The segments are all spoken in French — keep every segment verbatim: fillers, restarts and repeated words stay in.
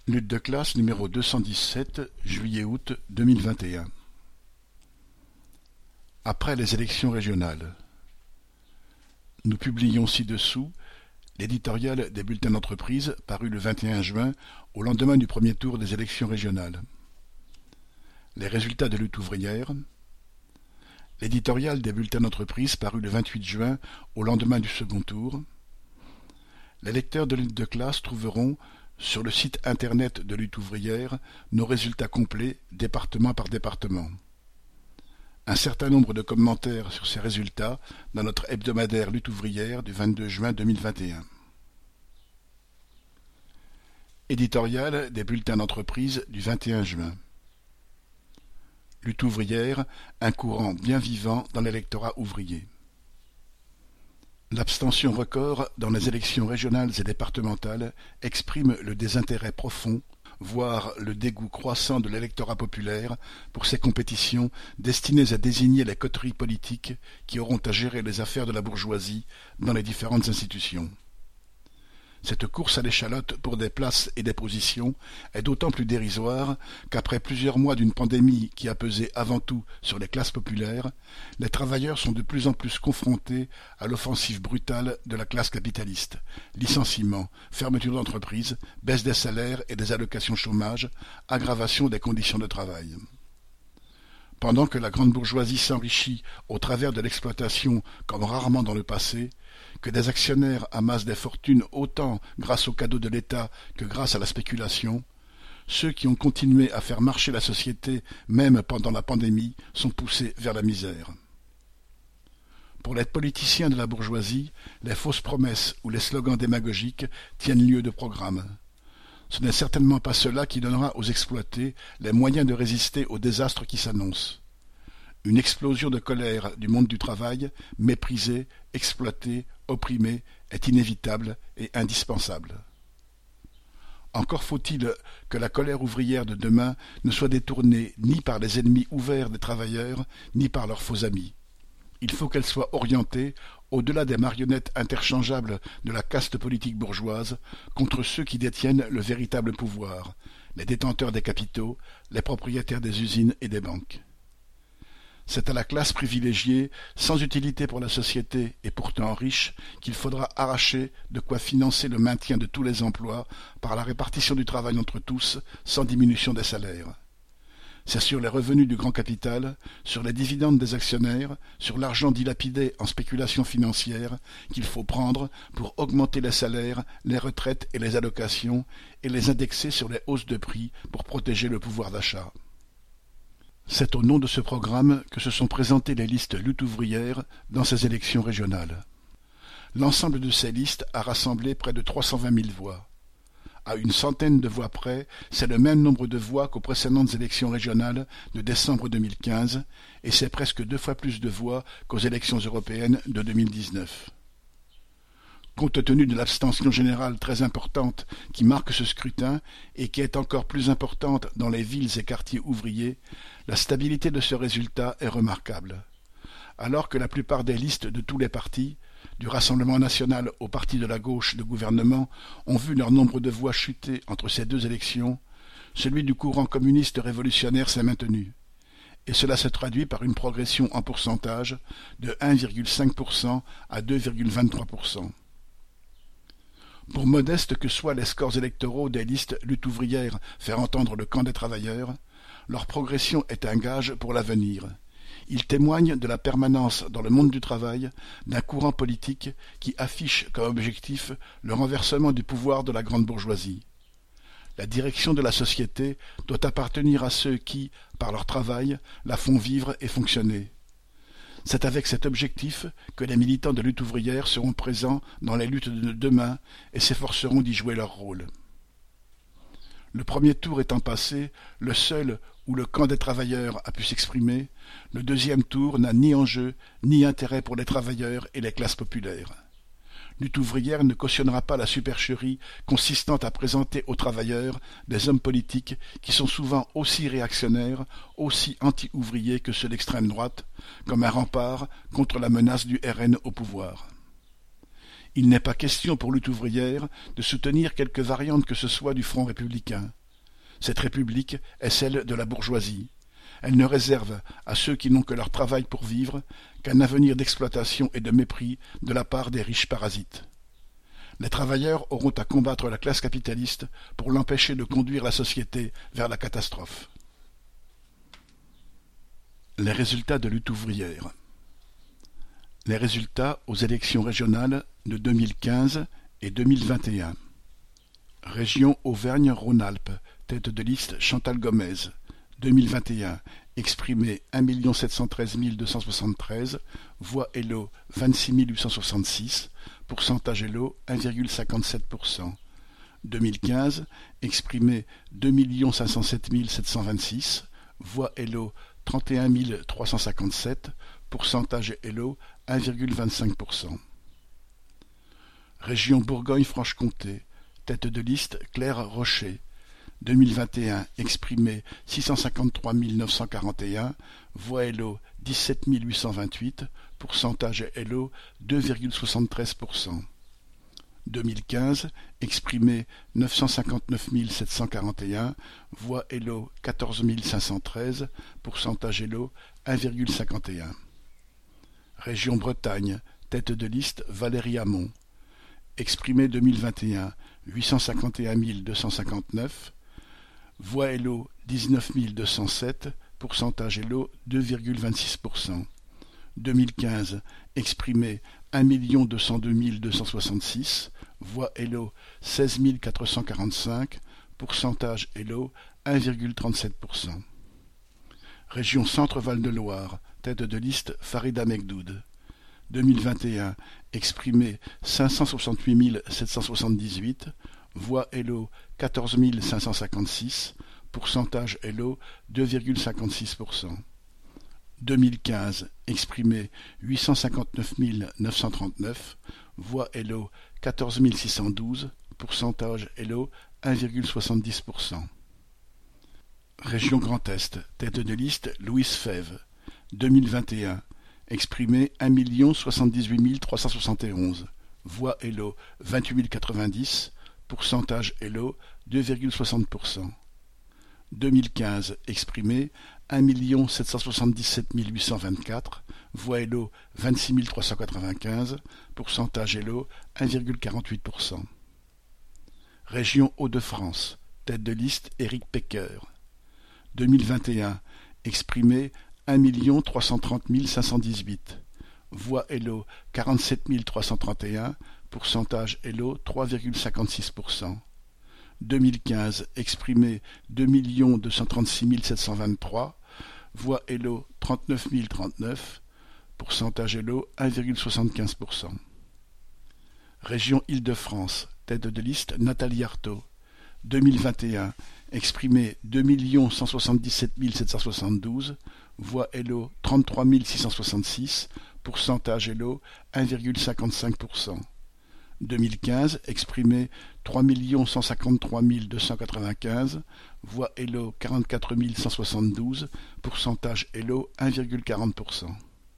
Lutte de classe numéro deux cent dix-sept, juillet-août deux mille vingt et un. Après les élections régionales. Nous publions ci-dessous l'éditorial des bulletins d'entreprise paru le vingt et un juin au lendemain du premier tour des élections régionales. Les résultats de lutte ouvrière. L'éditorial des bulletins d'entreprise paru le vingt-huit juin au lendemain du second tour. Les lecteurs de lutte de classe trouveront sur le site internet de Lutte ouvrière nos résultats complets département par département. Un certain nombre de commentaires sur ces résultats dans notre hebdomadaire Lutte ouvrière du vingt-deux juin deux mille vingt et un. Éditorial des bulletins d'entreprise du vingt et un juin. Lutte ouvrière, un courant bien vivant dans l'électorat ouvrier. L'abstention record dans les élections régionales et départementales exprime le désintérêt profond, voire le dégoût croissant de l'électorat populaire pour ces compétitions destinées à désigner les coteries politiques qui auront à gérer les affaires de la bourgeoisie dans les différentes institutions. Cette course à l'échalote pour des places et des positions est d'autant plus dérisoire qu'après plusieurs mois d'une pandémie qui a pesé avant tout sur les classes populaires, les travailleurs sont de plus en plus confrontés à l'offensive brutale de la classe capitaliste. Licenciements, fermeture d'entreprises, baisse des salaires et des allocations chômage, aggravation des conditions de travail. Pendant que la grande bourgeoisie s'enrichit au travers de l'exploitation comme rarement dans le passé, que des actionnaires amassent des fortunes autant grâce aux cadeaux de l'État que grâce à la spéculation, ceux qui ont continué à faire marcher la société même pendant la pandémie sont poussés vers la misère. Pour les politiciens de la bourgeoisie, les fausses promesses ou les slogans démagogiques tiennent lieu de programme. Ce n'est certainement pas cela qui donnera aux exploités les moyens de résister au désastre qui s'annonce. Une explosion de colère du monde du travail, méprisé, exploité, opprimé, est inévitable et indispensable. Encore faut-il que la colère ouvrière de demain ne soit détournée ni par les ennemis ouverts des travailleurs, ni par leurs faux amis. Il faut qu'elle soit orientée, au-delà des marionnettes interchangeables de la caste politique bourgeoise, contre ceux qui détiennent le véritable pouvoir, les détenteurs des capitaux, les propriétaires des usines et des banques. C'est à la classe privilégiée, sans utilité pour la société et pourtant riche, qu'il faudra arracher de quoi financer le maintien de tous les emplois par la répartition du travail entre tous, sans diminution des salaires. C'est sur les revenus du grand capital, sur les dividendes des actionnaires, sur l'argent dilapidé en spéculation financière qu'il faut prendre pour augmenter les salaires, les retraites et les allocations et les indexer sur les hausses de prix pour protéger le pouvoir d'achat. C'est au nom de ce programme que se sont présentées les listes Lutte ouvrière dans ces élections régionales. L'ensemble de ces listes a rassemblé près de trois cent vingt mille voix. À une centaine de voix près, c'est le même nombre de voix qu'aux précédentes élections régionales de décembre deux mille quinze, et c'est presque deux fois plus de voix qu'aux élections européennes de deux mille dix-neuf. Compte tenu de l'abstention générale très importante qui marque ce scrutin et qui est encore plus importante dans les villes et quartiers ouvriers, la stabilité de ce résultat est remarquable. Alors que la plupart des listes de tous les partis, du Rassemblement national au parti de la gauche de gouvernement, ont vu leur nombre de voix chuter entre ces deux élections, celui du courant communiste révolutionnaire s'est maintenu. Et cela se traduit par une progression en pourcentage de un virgule cinq pour cent à deux virgule vingt-trois pour cent. Pour modestes que soient les scores électoraux des listes Lutte ouvrière faire entendre le camp des travailleurs, leur progression est un gage pour l'avenir. Ils témoignent de la permanence dans le monde du travail d'un courant politique qui affiche comme objectif le renversement du pouvoir de la grande bourgeoisie. La direction de la société doit appartenir à ceux qui, par leur travail, la font vivre et fonctionner. C'est avec cet objectif que les militants de lutte ouvrière seront présents dans les luttes de demain et s'efforceront d'y jouer leur rôle. Le premier tour étant passé, le seul où le camp des travailleurs a pu s'exprimer, le deuxième tour n'a ni enjeu ni intérêt pour les travailleurs et les classes populaires. Lutte ouvrière ne cautionnera pas la supercherie consistant à présenter aux travailleurs des hommes politiques qui sont souvent aussi réactionnaires, aussi anti-ouvriers que ceux d'extrême droite, comme un rempart contre la menace du R N au pouvoir. Il n'est pas question pour Lutte ouvrière de soutenir quelque variante que ce soit du Front républicain. Cette république est celle de la bourgeoisie. Elle ne réserve à ceux qui n'ont que leur travail pour vivre qu'un avenir d'exploitation et de mépris de la part des riches parasites. Les travailleurs auront à combattre la classe capitaliste pour l'empêcher de conduire la société vers la catastrophe. Les résultats de lutte ouvrière. Les résultats aux élections régionales de deux mille quinze et deux mille vingt et un. Région Auvergne-Rhône-Alpes, tête de liste Chantal Gomez, deux mille vingt et un, exprimé un million sept cent treize mille deux cent soixante-treize, voix Hello vingt-six mille huit cent soixante-six, pourcentage Hello un virgule cinquante-sept pour cent. deux mille quinze, exprimé deux millions cinq cent sept mille sept cent vingt-six, voix Hello trente et un mille trois cent cinquante-sept, pourcentage Hello un virgule vingt-cinq pour cent. Région Bourgogne-Franche-Comté, tête de liste Claire Rocher, deux mille vingt et un, exprimé six cent cinquante-trois mille neuf cent quarante et un, voix Hello dix-sept mille huit cent vingt-huit, pourcentage Hello deux virgule soixante-treize pour cent. deux mille quinze, exprimé neuf cent cinquante-neuf mille sept cent quarante et un, voix Hello quatorze mille cinq cent treize, pourcentage Hello un virgule cinquante et un. Région Bretagne, tête de liste Valérie Hamon, exprimé deux mille vingt et un, huit cent cinquante et un mille deux cent cinquante-neuf, voix Hello dix-neuf mille deux cent sept, pourcentage Hello deux virgule vingt-six pour cent. deux mille quinze, exprimé un million deux cent deux mille deux cent soixante-six, voix Hello seize mille quatre cent quarante-cinq, pourcentage Hello un virgule trente-sept pour cent. Région Centre-Val de Loire, tête de liste Farida Mekdoud, deux mille vingt et un, exprimé cinq cent soixante-huit mille sept cent soixante-dix-huit, voix Hello quatorze mille cinq cent cinquante-six, pourcentage Hello deux virgule cinquante-six pour cent. deux mille quinze, exprimé huit cent cinquante-neuf mille neuf cent trente-neuf, voix Hello quatorze mille six cent douze, pourcentage Hello un virgule soixante-dix pour cent. Région Grand Est, tête de liste Louise Fèvre, deux mille vingt et un, exprimé un million soixante-dix-huit mille trois cent soixante et onze, voix Hello vingt-huit mille quatre-vingt-dix, pourcentage Hello deux virgule soixante pour cent. deux mille quinze, exprimé un million sept cent soixante-dix-sept mille huit cent vingt-quatre, voix Hello vingt-six mille trois cent quatre-vingt-quinze, pourcentage Hello un virgule quarante-huit pour cent. Région Hauts-de-France, tête de liste Éric Pecker, deux mille vingt et un, exprimé un million trois cent trente mille cinq cent dix-huit, voix Hello quarante-sept mille trois cent trente et un, pourcentage Hello trois virgule cinquante-six pour cent. deux mille quinze, exprimé deux millions deux cent trente-six mille sept cent vingt-trois, voix Hello trente-neuf mille trente-neuf, pourcentage Hello un virgule soixante-quinze pour cent. Région Île-de-France, tête de liste Nathalie Arthaud, deux mille vingt et un, exprimé deux millions cent soixante-dix-sept mille sept cent soixante-douze, voix Hello trente-trois mille six cent soixante-six, pourcentage Hello un virgule cinquante-cinq pour cent. deux mille quinze, exprimé trois millions cent cinquante-trois mille deux cent quatre-vingt-quinze, voix Hello quarante-quatre mille cent soixante-douze, pourcentage Hello un virgule quarante pour cent.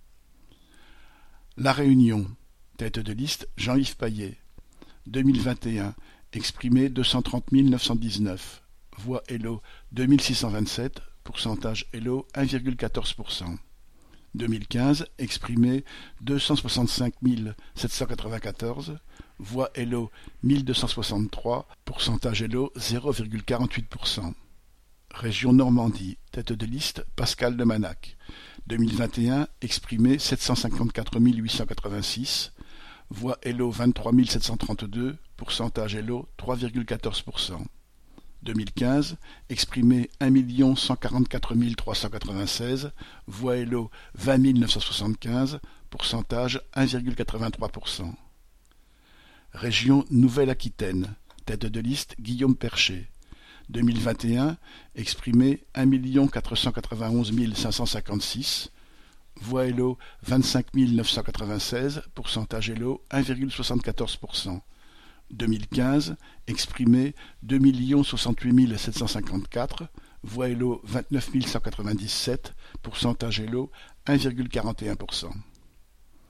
La Réunion, tête de liste Jean-Yves Paillet, deux mille vingt et un, exprimé deux cent trente mille neuf cent dix-neuf, voix Hello deux mille six cent vingt-sept, pourcentage Hello un virgule quatorze pour cent. deux mille quinze, exprimé deux cent soixante-cinq mille sept cent quatre-vingt-quatorze, voix Hello mille deux cent soixante-trois, pourcentage Hello zéro virgule quarante-huit pour cent. Région Normandie, tête de liste Pascal de Manac, deux mille vingt et un, exprimé sept cent cinquante-quatre mille huit cent quatre-vingt-six, voix Hello vingt-trois mille sept cent trente-deux, pourcentage Hello trois virgule quatorze pour cent. deux mille quinze, exprimé un million cent quarante-quatre mille trois cent quatre-vingt-seize, voix Hello vingt mille neuf cent soixante-quinze, pourcentage un virgule quatre-vingt-trois pour cent. Région Nouvelle-Aquitaine, tête de liste Guillaume Percher, deux mille vingt et un, exprimé un million quatre cent quatre-vingt-onze mille cinq cent cinquante-six, voix Hello vingt-cinq mille neuf cent quatre-vingt-seize, pourcentage Hello un virgule soixante-quatorze pour cent. deux mille quinze, exprimé deux millions soixante-huit mille sept cent cinquante-quatre, voix Hello vingt-neuf mille cent quatre-vingt-dix-sept, pourcentage Hello un virgule quarante et un pour cent.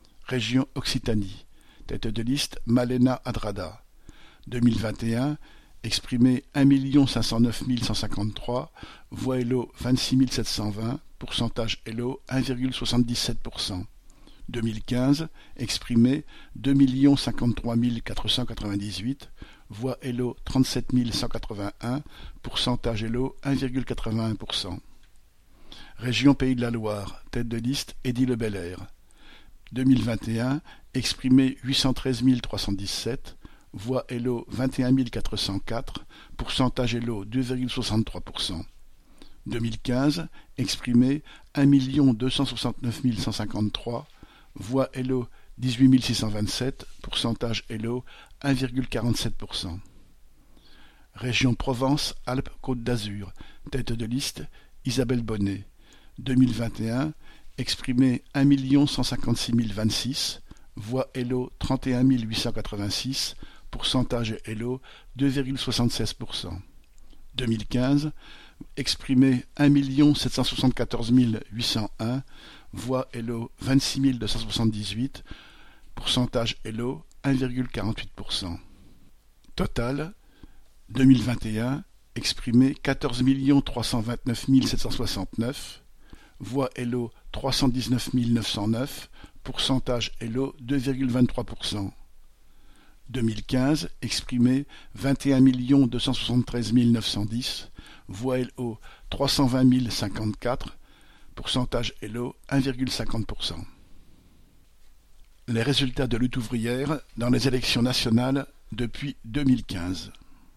Région Occitanie, tête de liste Malena Adrada, deux mille vingt et un, exprimé un million cinq cent neuf mille cent cinquante-trois, voix Hello vingt-six mille sept cent vingt, pourcentage Hello un virgule soixante-dix-sept pour cent. deux mille quinze, exprimé deux millions cinquante-trois mille quatre cent quatre-vingt-dix-huit, voix Hello trente-sept mille cent quatre-vingt-un, pourcentage Hello un virgule quatre-vingt-un pour cent. Région Pays de la Loire, tête de liste Eddy Le Belair. deux mille vingt et un, exprimé huit cent treize mille trois cent dix-sept, voix Hello vingt et un mille quatre cent quatre, pourcentage Hello deux virgule soixante-trois pour cent. deux mille quinze, exprimé un million deux cent soixante-neuf mille cent cinquante-trois, voix Hello dix-huit mille six cent vingt-sept, pourcentage Hello un virgule quarante-sept pour cent. Région Provence-Alpes-Côte d'Azur, tête de liste Isabelle Bonnet. deux mille vingt et un, exprimé un million cent cinquante-six mille vingt-six, voix Hello trente et un mille huit cent quatre-vingt-six, pourcentage Hello deux virgule soixante-seize pour cent. deux mille quinze, exprimé un million sept cent soixante-quatorze mille huit cent un, voix Hello vingt-six mille deux cent soixante-dix-huit, pourcentage Hello un virgule quarante-huit pour cent. Total, deux mille vingt et un, exprimé quatorze millions trois cent vingt-neuf mille sept cent soixante-neuf, voix Hello trois cent dix-neuf mille neuf cent neuf, pourcentage Hello deux virgule vingt-trois pour cent. deux mille quinze, exprimé vingt et un millions deux cent soixante-treize mille neuf cent dix, voix Hello trois cent vingt mille cinquante-quatre, pourcentage Hello un virgule cinquante pour cent. Les résultats de lutte ouvrière dans les élections nationales depuis deux mille quinze.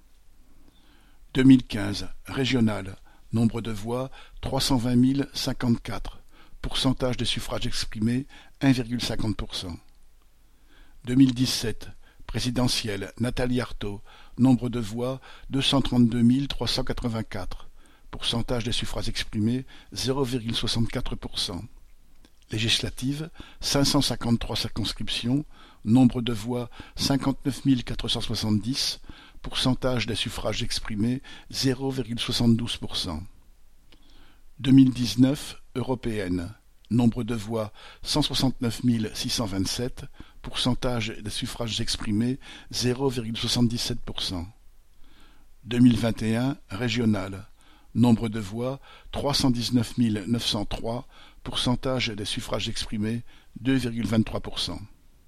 deux mille quinze, régional, nombre de voix trois cent vingt mille cinquante-quatre, pourcentage des suffrages exprimés un virgule cinquante pour cent. deux mille dix-sept, présidentielle, Nathalie Arthaud, nombre de voix deux cent trente-deux mille trois cent quatre-vingt-quatre, pourcentage des suffrages exprimés zéro virgule soixante-quatre pour cent. Législative, cinq cent cinquante-trois circonscriptions, nombre de voix cinquante-neuf mille quatre cent soixante-dix, pourcentage des suffrages exprimés zéro virgule soixante-douze pour cent. deux mille dix-neuf, européenne, nombre de voix cent soixante-neuf mille six cent vingt-sept, pourcentage des suffrages exprimés zéro virgule soixante-dix-sept pour cent. deux mille vingt et un, régionale, nombre de voix trois cent dix-neuf mille neuf cent trois, pourcentage des suffrages exprimés deux virgule vingt-trois pour cent.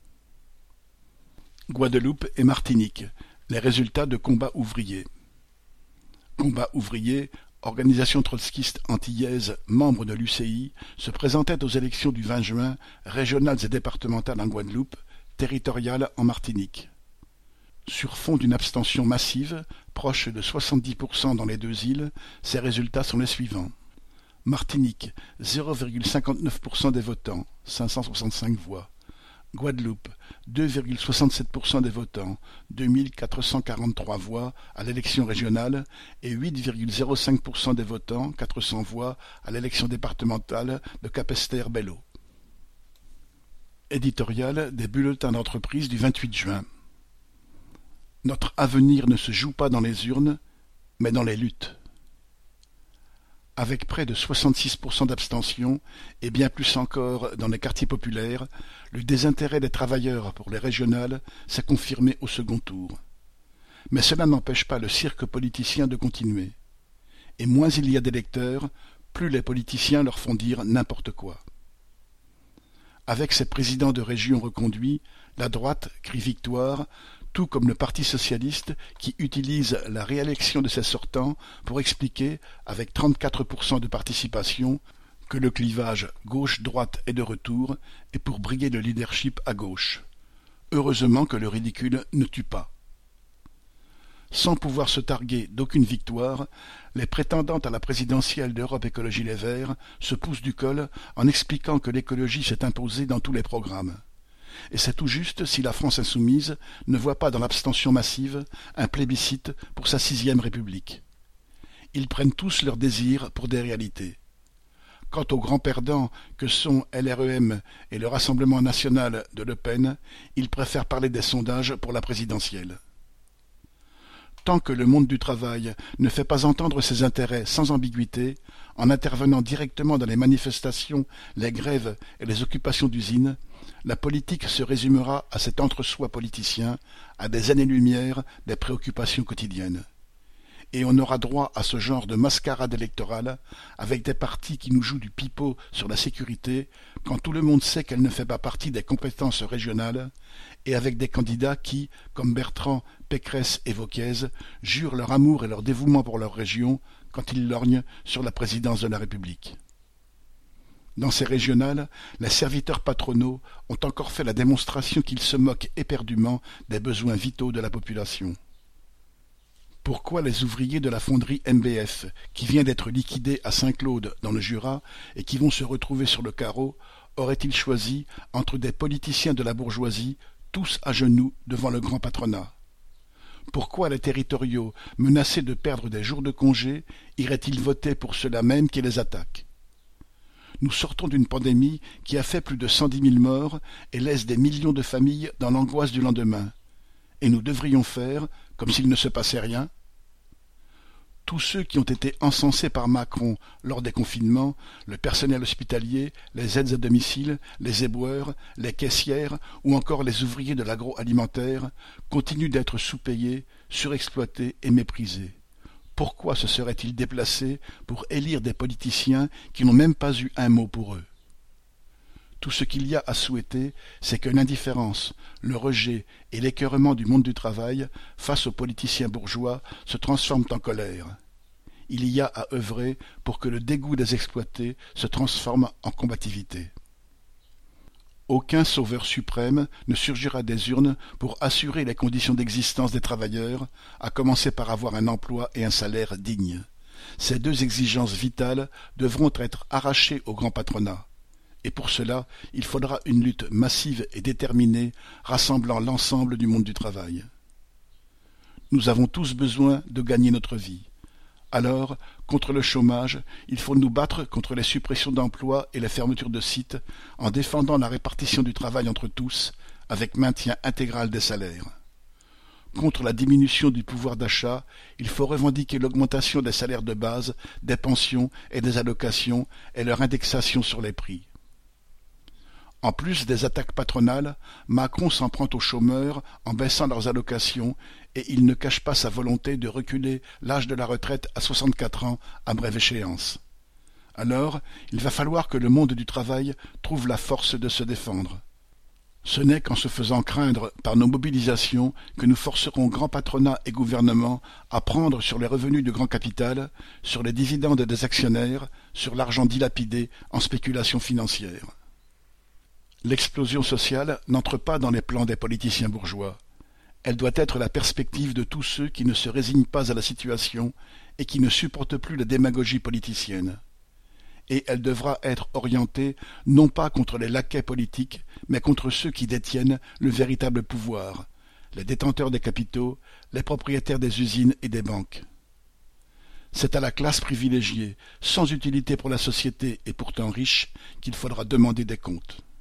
Guadeloupe et Martinique, les résultats de combat ouvrier. Combat ouvrier, organisation trotskiste antillaise, membre de l'U C I, se présentait aux élections du vingt juin, régionales et départementales en Guadeloupe, territoriales en Martinique. Sur fond d'une abstention massive, proche de soixante-dix pour cent dans les deux îles, ces résultats sont les suivants. Martinique, zéro virgule cinquante-neuf pour cent des votants, cinq cent soixante-cinq voix. Guadeloupe, deux virgule soixante-sept pour cent des votants, deux mille quatre cent quarante-trois voix à l'élection régionale et huit virgule zéro cinq pour cent des votants, quatre cents voix à l'élection départementale de Capesterre-Belle-Eau. Éditorial des bulletins d'entreprise du vingt-huit juin. Notre avenir ne se joue pas dans les urnes, mais dans les luttes. Avec près de soixante-six pour cent d'abstention, et bien plus encore dans les quartiers populaires, le désintérêt des travailleurs pour les régionales s'est confirmé au second tour. Mais cela n'empêche pas le cirque politicien de continuer. Et moins il y a d'électeurs, plus les politiciens leur font dire n'importe quoi. Avec ses présidents de région reconduits, la droite crie victoire, tout comme le Parti socialiste qui utilise la réélection de ses sortants pour expliquer, avec trente-quatre pour cent de participation, que le clivage gauche-droite est de retour et pour briguer le leadership à gauche. Heureusement que le ridicule ne tue pas. Sans pouvoir se targuer d'aucune victoire, les prétendantes à la présidentielle d'Europe Écologie Les Verts se poussent du col en expliquant que l'écologie s'est imposée dans tous les programmes. Et c'est tout juste si la France insoumise ne voit pas dans l'abstention massive un plébiscite pour sa sixième République. Ils prennent tous leurs désirs pour des réalités. Quant aux grands perdants que sont L R E M et le Rassemblement national de Le Pen, ils préfèrent parler des sondages pour la présidentielle. Tant que le monde du travail ne fait pas entendre ses intérêts sans ambiguïté, en intervenant directement dans les manifestations, les grèves et les occupations d'usines, La politique se résumera à cet entre-soi politicien, à des années-lumière des préoccupations quotidiennes. Et on aura droit à ce genre de mascarade électorale, avec des partis qui nous jouent du pipeau sur la sécurité, quand tout le monde sait qu'elle ne fait pas partie des compétences régionales, et avec des candidats qui, comme Bertrand, Pécresse et Wauquiez, jurent leur amour et leur dévouement pour leur région quand ils lorgnent sur la présidence de la République. Dans ces régionales, les serviteurs patronaux ont encore fait la démonstration qu'ils se moquent éperdument des besoins vitaux de la population. Pourquoi les ouvriers de la fonderie M B F, qui vient d'être liquidée à Saint-Claude dans le Jura et qui vont se retrouver sur le carreau, auraient-ils choisi entre des politiciens de la bourgeoisie, tous à genoux devant le grand patronat? Pourquoi les territoriaux, menacés de perdre des jours de congé, iraient-ils voter pour ceux-là même qui les attaquent? Nous sortons d'une pandémie qui a fait plus de cent dix mille morts et laisse des millions de familles dans l'angoisse du lendemain. Et nous devrions faire comme s'il ne se passait rien? Tous ceux qui ont été encensés par Macron lors des confinements, le personnel hospitalier, les aides à domicile, les éboueurs, les caissières ou encore les ouvriers de l'agroalimentaire, continuent d'être sous-payés, surexploités et méprisés. Pourquoi se seraient-ils déplacés pour élire des politiciens qui n'ont même pas eu un mot pour eux? Tout ce qu'il y a à souhaiter, c'est que l'indifférence, le rejet et l'écœurement du monde du travail face aux politiciens bourgeois se transforment en colère. Il y a à œuvrer pour que le dégoût des exploités se transforme en combativité. Aucun sauveur suprême ne surgira des urnes pour assurer les conditions d'existence des travailleurs, à commencer par avoir un emploi et un salaire dignes. Ces deux exigences vitales devront être arrachées au grand patronat. Et pour cela, il faudra une lutte massive et déterminée, rassemblant l'ensemble du monde du travail. Nous avons tous besoin de gagner notre vie. Alors, contre le chômage, il faut nous battre contre les suppressions d'emplois et les fermetures de sites, en défendant la répartition du travail entre tous, avec maintien intégral des salaires. Contre la diminution du pouvoir d'achat, il faut revendiquer l'augmentation des salaires de base, des pensions et des allocations et leur indexation sur les prix. En plus des attaques patronales, Macron s'en prend aux chômeurs en baissant leurs allocations et il ne cache pas sa volonté de reculer l'âge de la retraite à soixante-quatre ans à brève échéance. Alors, il va falloir que le monde du travail trouve la force de se défendre. Ce n'est qu'en se faisant craindre par nos mobilisations que nous forcerons grand patronat et gouvernement à prendre sur les revenus du grand capital, sur les dividendes des actionnaires, sur l'argent dilapidé en spéculation financière. L'explosion sociale n'entre pas dans les plans des politiciens bourgeois. Elle doit être la perspective de tous ceux qui ne se résignent pas à la situation et qui ne supportent plus la démagogie politicienne. Et elle devra être orientée non pas contre les laquais politiques, mais contre ceux qui détiennent le véritable pouvoir, les détenteurs des capitaux, les propriétaires des usines et des banques. C'est à la classe privilégiée, sans utilité pour la société et pourtant riche, qu'il faudra demander des comptes.